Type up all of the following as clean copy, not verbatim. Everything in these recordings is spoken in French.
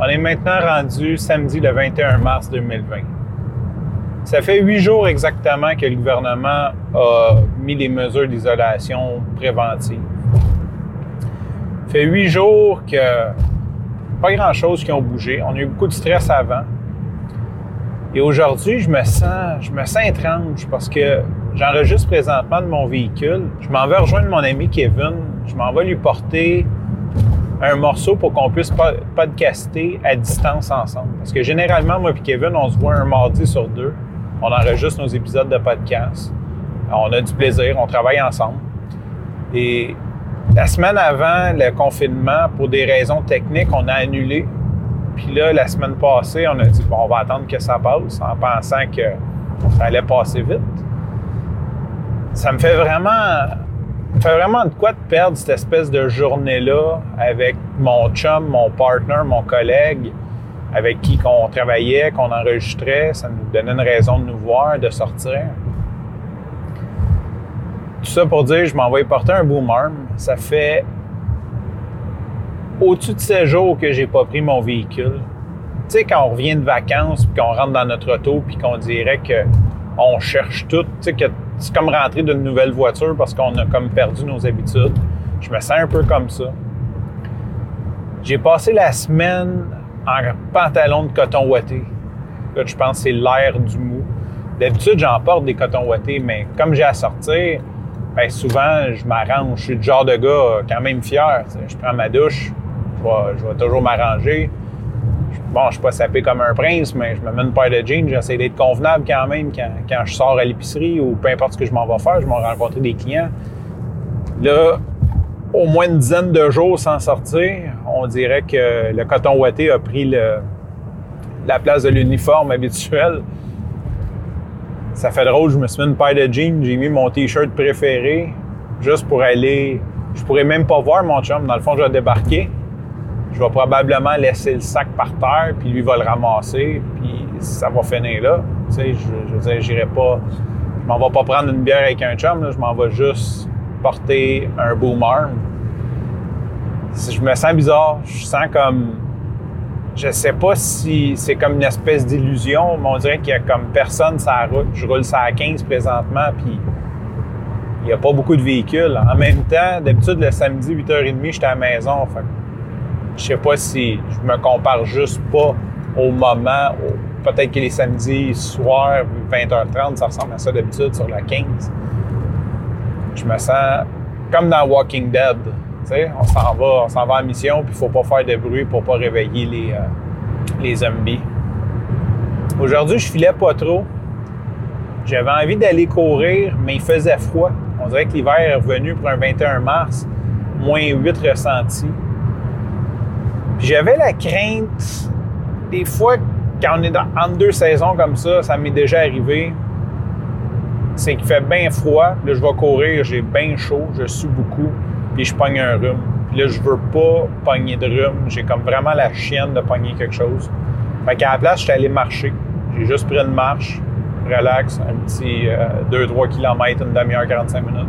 On est maintenant rendu samedi le 21 mars 2020. Ça fait 8 jours exactement que le gouvernement a mis les mesures d'isolation préventive. Ça fait 8 jours que pas grand-chose qui ont bougé. On a eu beaucoup de stress avant. Et aujourd'hui, je me sens étrange parce que j'enregistre présentement de mon véhicule. Je m'en vais rejoindre mon ami Kevin. Je m'en vais lui porter un morceau pour qu'on puisse podcaster à distance ensemble. Parce que généralement, moi et Kevin, on se voit un mardi sur 2. On enregistre nos épisodes de podcast. On a du plaisir, on travaille ensemble. Et la semaine avant le confinement, pour des raisons techniques, on a annulé. Puis là, la semaine passée, on a dit, bon, on va attendre que ça passe, en pensant que ça allait passer vite. Ça me fait vraiment de quoi de perdre cette espèce de journée-là avec mon chum, mon partner, mon collègue, avec qui on travaillait, qu'on enregistrait. Ça nous donnait une raison de nous voir, de sortir. Tout ça pour dire, je m'en vais porter un boom arm. Ça fait au-dessus de 7 jours que j'ai pas pris mon véhicule. Tu sais, quand on revient de vacances, puis qu'on rentre dans notre auto, puis qu'on dirait qu'on cherche tout, tu sais, que c'est comme rentrer d'une nouvelle voiture parce qu'on a comme perdu nos habitudes. Je me sens un peu comme ça. J'ai passé la semaine en pantalon de coton ouaté. Là, je pense que c'est l'air du mou. D'habitude, j'en porte des cotons ouatés, mais comme j'ai à sortir, bien souvent, je m'arrange. Je suis le genre de gars quand même fier. T'sais. Je prends ma douche, je vais toujours m'arranger. Bon, je suis pas sapé comme un prince, mais je me mets une paire de jeans. J'essaie d'être convenable quand même quand je sors à l'épicerie ou peu importe ce que je m'en vais faire. Je vais rencontrer des clients. Là, au moins une dizaine de jours sans sortir, on dirait que le coton ouaté a pris la place de l'uniforme habituel. Ça fait drôle, je me suis mis une paire de jeans, j'ai mis mon T-shirt préféré juste pour aller... Je pourrais même pas voir mon chum. Dans le fond, je vais débarquer. Je vais probablement laisser le sac par terre, puis lui va le ramasser, puis ça va finir là. Tu sais, je veux dire, j'irai pas... Je m'en vais pas prendre une bière avec un chum, là, je m'en vais juste porter un boom arm. Je me sens bizarre. Je sens comme... Je sais pas si c'est comme une espèce d'illusion, mais on dirait qu'il y a comme personne sur la route. Je roule ça à 15 présentement, puis il n'y a pas beaucoup de véhicules. En même temps, d'habitude, le samedi, 8h30, j'étais à la maison. Fait que je sais pas si je me compare juste pas au moment. Peut-être que les samedis soirs, 20h30, ça ressemble à ça d'habitude sur la 15. Je me sens comme dans Walking Dead. Tu sais, on s'en va en mission, puis il faut pas faire de bruit pour pas réveiller les zombies. Aujourd'hui, je filais pas trop. J'avais envie d'aller courir, mais il faisait froid. On dirait que l'hiver est revenu pour un 21 mars, moins 8 ressenti. Puis j'avais la crainte, des fois, quand on est entre deux saisons comme ça m'est déjà arrivé, c'est qu'il fait bien froid. Là, je vais courir, j'ai bien chaud, je sue beaucoup, puis je pogne un rhume. Puis là, je veux pas pogner de rhume. J'ai comme vraiment la chienne de pogner quelque chose. Fait qu'à la place, je suis allé marcher. J'ai juste pris une marche, relax, un petit 2-3 km, une demi-heure, 45 minutes.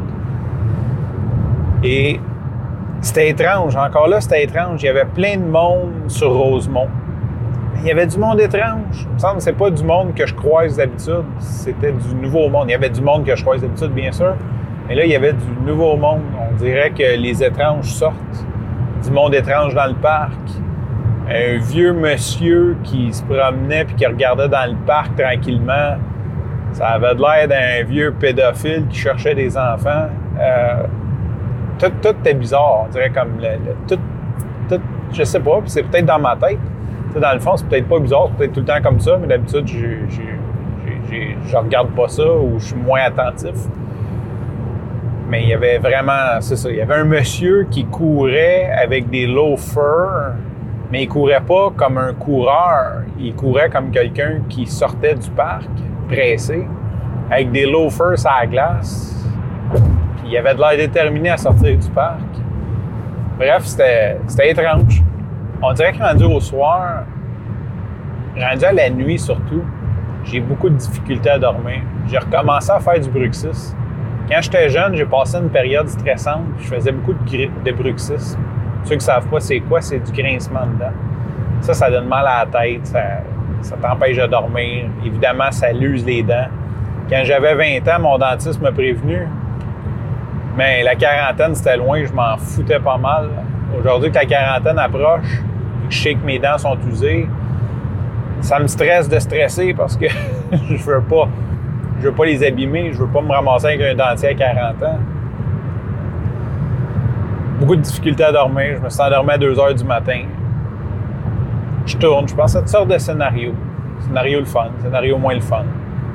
Et c'était étrange. Encore là, c'était étrange. Il y avait plein de monde sur Rosemont. Il y avait du monde étrange. Il me semble que c'est pas du monde que je croise d'habitude. C'était du nouveau monde. Il y avait du monde que je croise d'habitude, bien sûr. Mais là, il y avait du nouveau monde. On dirait que les étranges sortent. Du monde étrange dans le parc. Un vieux monsieur qui se promenait puis qui regardait dans le parc tranquillement. Ça avait l'air d'un vieux pédophile qui cherchait des enfants. Tout était bizarre. On dirait comme tout, je sais pas, puis c'est peut-être dans ma tête. T'sais, dans le fond, c'est peut-être pas bizarre, c'est peut-être tout le temps comme ça, mais d'habitude, je regarde pas ça ou je suis moins attentif. Mais il y avait vraiment, c'est ça, il y avait un monsieur qui courait avec des loafers, mais il courait pas comme un coureur, il courait comme quelqu'un qui sortait du parc, pressé, avec des loafers sur la glace. Puis il avait de l'air déterminé à sortir du parc. Bref, c'était étrange. On dirait que rendu au soir, rendu à la nuit surtout, j'ai beaucoup de difficultés à dormir. J'ai recommencé à faire du bruxisme. Quand j'étais jeune, j'ai passé une période stressante. Je faisais beaucoup de bruxisme. Ceux qui ne savent pas c'est quoi, c'est du grincement dedans. Ça donne mal à la tête, ça t'empêche de dormir. Évidemment, ça l'use les dents. Quand j'avais 20 ans, mon dentiste m'a prévenu. Mais la quarantaine, c'était loin, je m'en foutais pas mal. Aujourd'hui, que la quarantaine approche, et que je sais que mes dents sont usées, ça me stresse de stresser parce que je veux pas les abîmer, je veux pas me ramasser avec un dentier à 40 ans. Beaucoup de difficultés à dormir, je me suis endormi à 2 heures du matin. Je tourne, je pense à toutes sortes de scénarios. Scénario le fun, scénario moins le fun.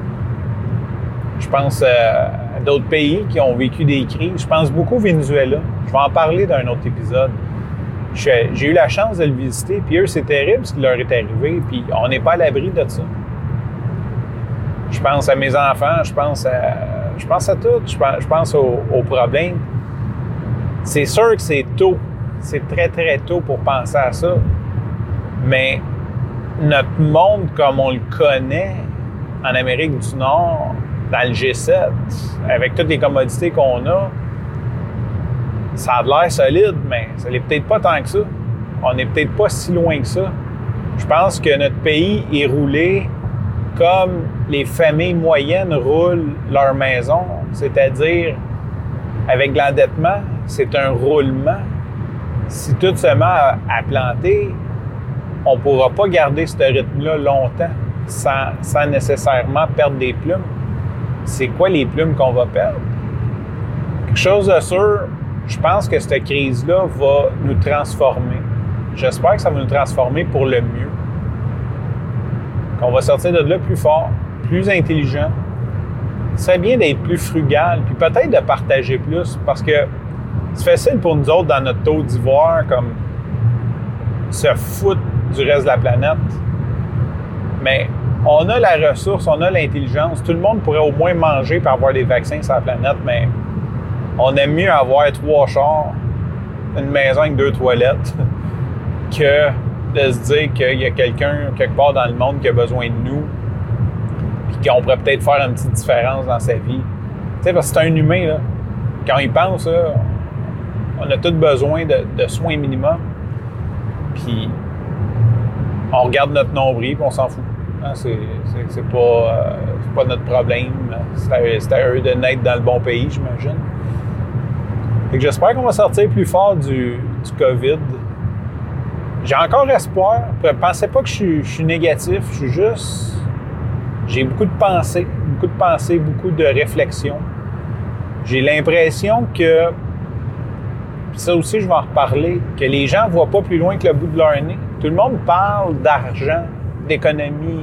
Je pense à d'autres pays qui ont vécu des crises. Je pense beaucoup au Venezuela. Je vais en parler dans un autre épisode. J'ai eu la chance de le visiter, puis eux, c'est terrible ce qui leur est arrivé, puis on n'est pas à l'abri de ça. Je pense à mes enfants, je pense à tout, je pense aux problèmes. C'est sûr que c'est tôt. C'est très, très tôt pour penser à ça. Mais notre monde, comme on le connaît en Amérique du Nord, dans le G7, avec toutes les commodités qu'on a, ça a l'air solide, mais ça l'est peut-être pas tant que ça. On n'est peut-être pas si loin que ça. Je pense que notre pays est roulé comme les familles moyennes roulent leur maison, c'est-à-dire avec l'endettement, c'est un roulement. Si tout se met à planter, on ne pourra pas garder ce rythme-là longtemps sans nécessairement perdre des plumes. C'est quoi les plumes qu'on va perdre? Quelque chose de sûr, je pense que cette crise-là va nous transformer. J'espère que ça va nous transformer pour le mieux. Qu'on va sortir de là plus fort, plus intelligent. C'est bien d'être plus frugal, puis peut-être de partager plus, parce que c'est facile pour nous autres, dans notre taux d'ivoire, comme se foutre du reste de la planète. Mais on a la ressource, on a l'intelligence. Tout le monde pourrait au moins manger pour avoir des vaccins sur la planète, mais on aime mieux avoir 3 chars, une maison avec 2 toilettes, que de se dire qu'il y a quelqu'un quelque part dans le monde qui a besoin de nous, puis qu'on pourrait peut-être faire une petite différence dans sa vie. Tu sais, parce que c'est un humain, là. Quand il pense, là, on a tous besoin de soins minimum. Puis on regarde notre nombril, puis on s'en fout. Hein, c'est pas notre problème. C'est à eux de naître dans le bon pays, j'imagine. Fait que j'espère qu'on va sortir plus fort du COVID. J'ai encore espoir. Pensez pas que je suis négatif. Je suis juste... J'ai beaucoup de pensées, beaucoup de réflexions. J'ai l'impression que... Ça aussi, je vais en reparler, que les gens ne voient pas plus loin que le bout de leur nez. Tout le monde parle d'argent, d'économie,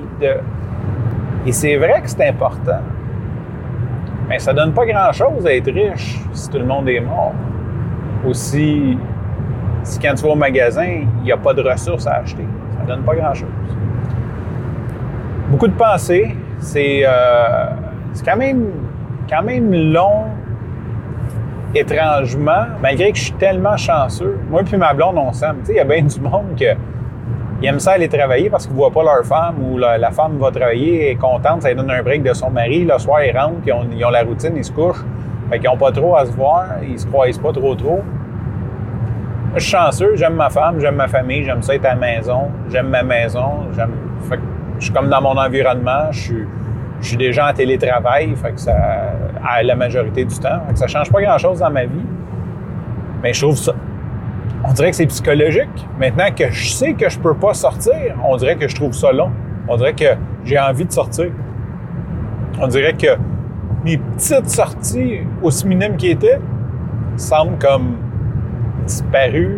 Et c'est vrai que c'est important. Mais ça donne pas grand-chose d'être riche si tout le monde est mort. Aussi, si quand tu vas au magasin, il n'y a pas de ressources à acheter. Ça donne pas grand-chose. Beaucoup de pensées. C'est quand même long, étrangement, malgré que je suis tellement chanceux. Moi puis ma blonde, on s'aime. Tu sais, il y a bien du monde qui aime ça aller travailler parce qu'ils ne voient pas leur femme ou la femme va travailler, est contente, ça lui donne un break de son mari. Le soir, ils rentrent, ils ont la routine, ils se couchent. Fait qu'ils n'ont pas trop à se voir, ils se croisent pas trop. Moi, je suis chanceux, j'aime ma femme, j'aime ma famille, j'aime ça être à la maison, j'aime ma maison, fait que je suis comme dans mon environnement, je suis déjà en télétravail, fait que ça, à la majorité du temps, fait que ça change pas grand-chose dans ma vie. Mais je trouve ça, on dirait que c'est psychologique. Maintenant que je sais que je peux pas sortir, on dirait que je trouve ça long. On dirait que j'ai envie de sortir. On dirait que mes petites sorties, aussi minimes qu'elles étaient, semblent comme disparues.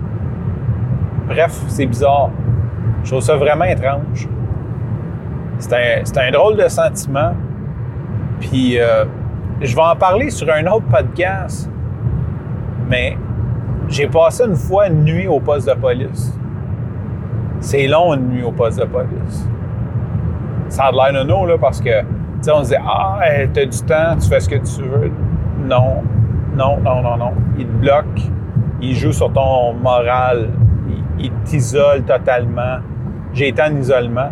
Bref, c'est bizarre. Je trouve ça vraiment étrange. C'est un drôle de sentiment. Puis, je vais en parler sur un autre podcast. Mais j'ai passé une fois une nuit au poste de police. C'est long, une nuit au poste de police. Ça a de l'air nono, là, parce que, tu sais, on se dit, t'as du temps, tu fais ce que tu veux. Non. Il te bloque. Il joue sur ton moral. Il t'isole totalement. J'ai été en isolement.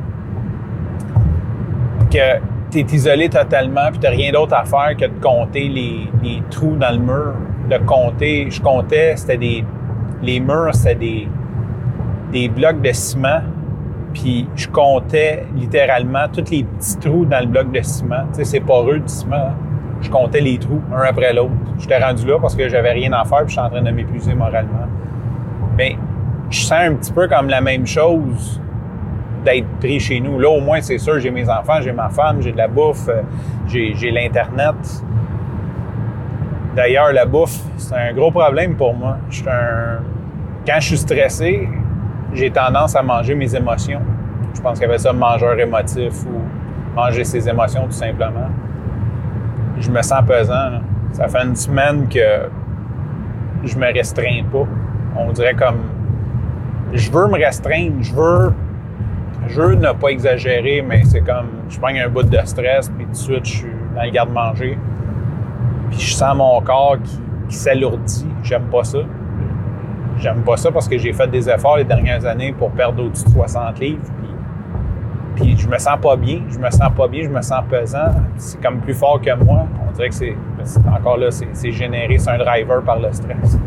Que t'es isolé totalement, puis t'as rien d'autre à faire que de compter les trous dans le mur. De compter, je comptais, c'était les murs, c'était des blocs de ciment, puis je comptais littéralement tous les petits trous dans le bloc de ciment. Tu sais, c'est poreux du ciment. Hein? Je comptais les trous, un après l'autre. J'étais rendu là parce que j'avais rien à faire puis je suis en train de m'épuiser moralement. Mais je sens un petit peu comme la même chose d'être pris chez nous. Là, au moins, c'est sûr, j'ai mes enfants, j'ai ma femme, j'ai de la bouffe, j'ai l'Internet. D'ailleurs, la bouffe, c'est un gros problème pour moi. Quand je suis stressé, j'ai tendance à manger mes émotions. Je pense qu'il y avait ça, mangeur émotif ou manger ses émotions tout simplement. Je me sens pesant. Là. Ça fait une semaine que je me restreins pas. On dirait comme... Je veux me restreindre, je veux ne pas exagérer, mais c'est comme... Je prends un bout de stress, puis tout de suite, je suis dans le garde-manger. Puis je sens mon corps qui s'alourdit. J'aime pas ça. J'aime pas ça parce que j'ai fait des efforts les dernières années pour perdre au-dessus de 60 livres. Puis je me sens pas bien. Je me sens pesant. C'est comme plus fort que moi. On dirait que c'est encore là, c'est généré, c'est un driver par le stress.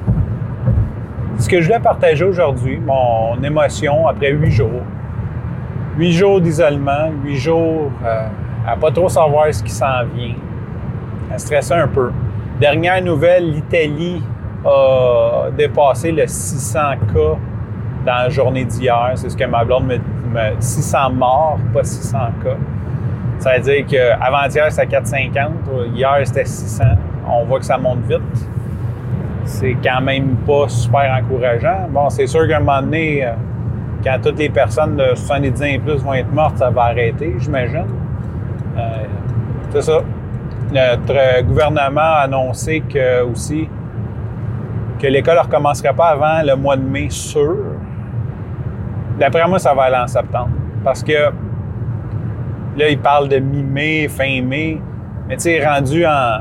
Ce que je voulais partager aujourd'hui, mon émotion après 8 jours. 8 jours d'isolement, 8 jours à pas trop savoir ce qui s'en vient. À stresser un peu. Dernière nouvelle, l'Italie a dépassé le 600 cas dans la journée d'hier. C'est ce que ma blonde me 600 morts, pas 600 cas. Ça veut dire qu'avant-hier, c'était 450. Hier, c'était 600. On voit que ça monte vite. C'est quand même pas super encourageant. Bon, c'est sûr qu'à un moment donné, quand toutes les personnes de 70 ans et plus vont être mortes, ça va arrêter, j'imagine. C'est ça. Notre gouvernement a annoncé aussi que l'école ne recommencerait pas avant le mois de mai sûr. D'après moi, ça va aller en septembre. Parce que là, ils parlent de mi-mai, fin mai. Mais tu sais, rendu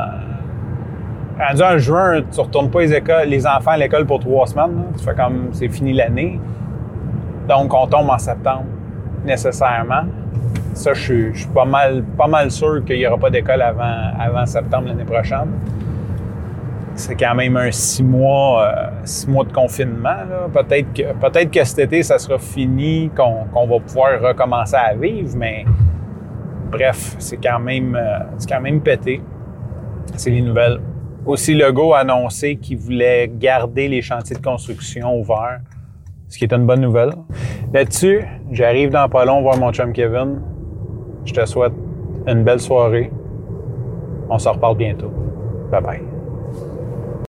en juin, tu ne retournes pas les enfants à l'école pour 3 semaines. Là. Tu fais comme c'est fini l'année. Donc, on tombe en septembre, nécessairement. Ça, je suis pas mal sûr qu'il n'y aura pas d'école avant septembre l'année prochaine. C'est quand même un 6 mois de confinement. Là. Peut-être que cet été, ça sera fini, qu'on va pouvoir recommencer à vivre, mais bref, c'est quand même pété. C'est les nouvelles. Aussi, Legault a annoncé qu'il voulait garder les chantiers de construction ouverts, ce qui est une bonne nouvelle. Là-dessus, j'arrive dans pas long voir mon chum Kevin. Je te souhaite une belle soirée. On se reparle bientôt. Bye bye.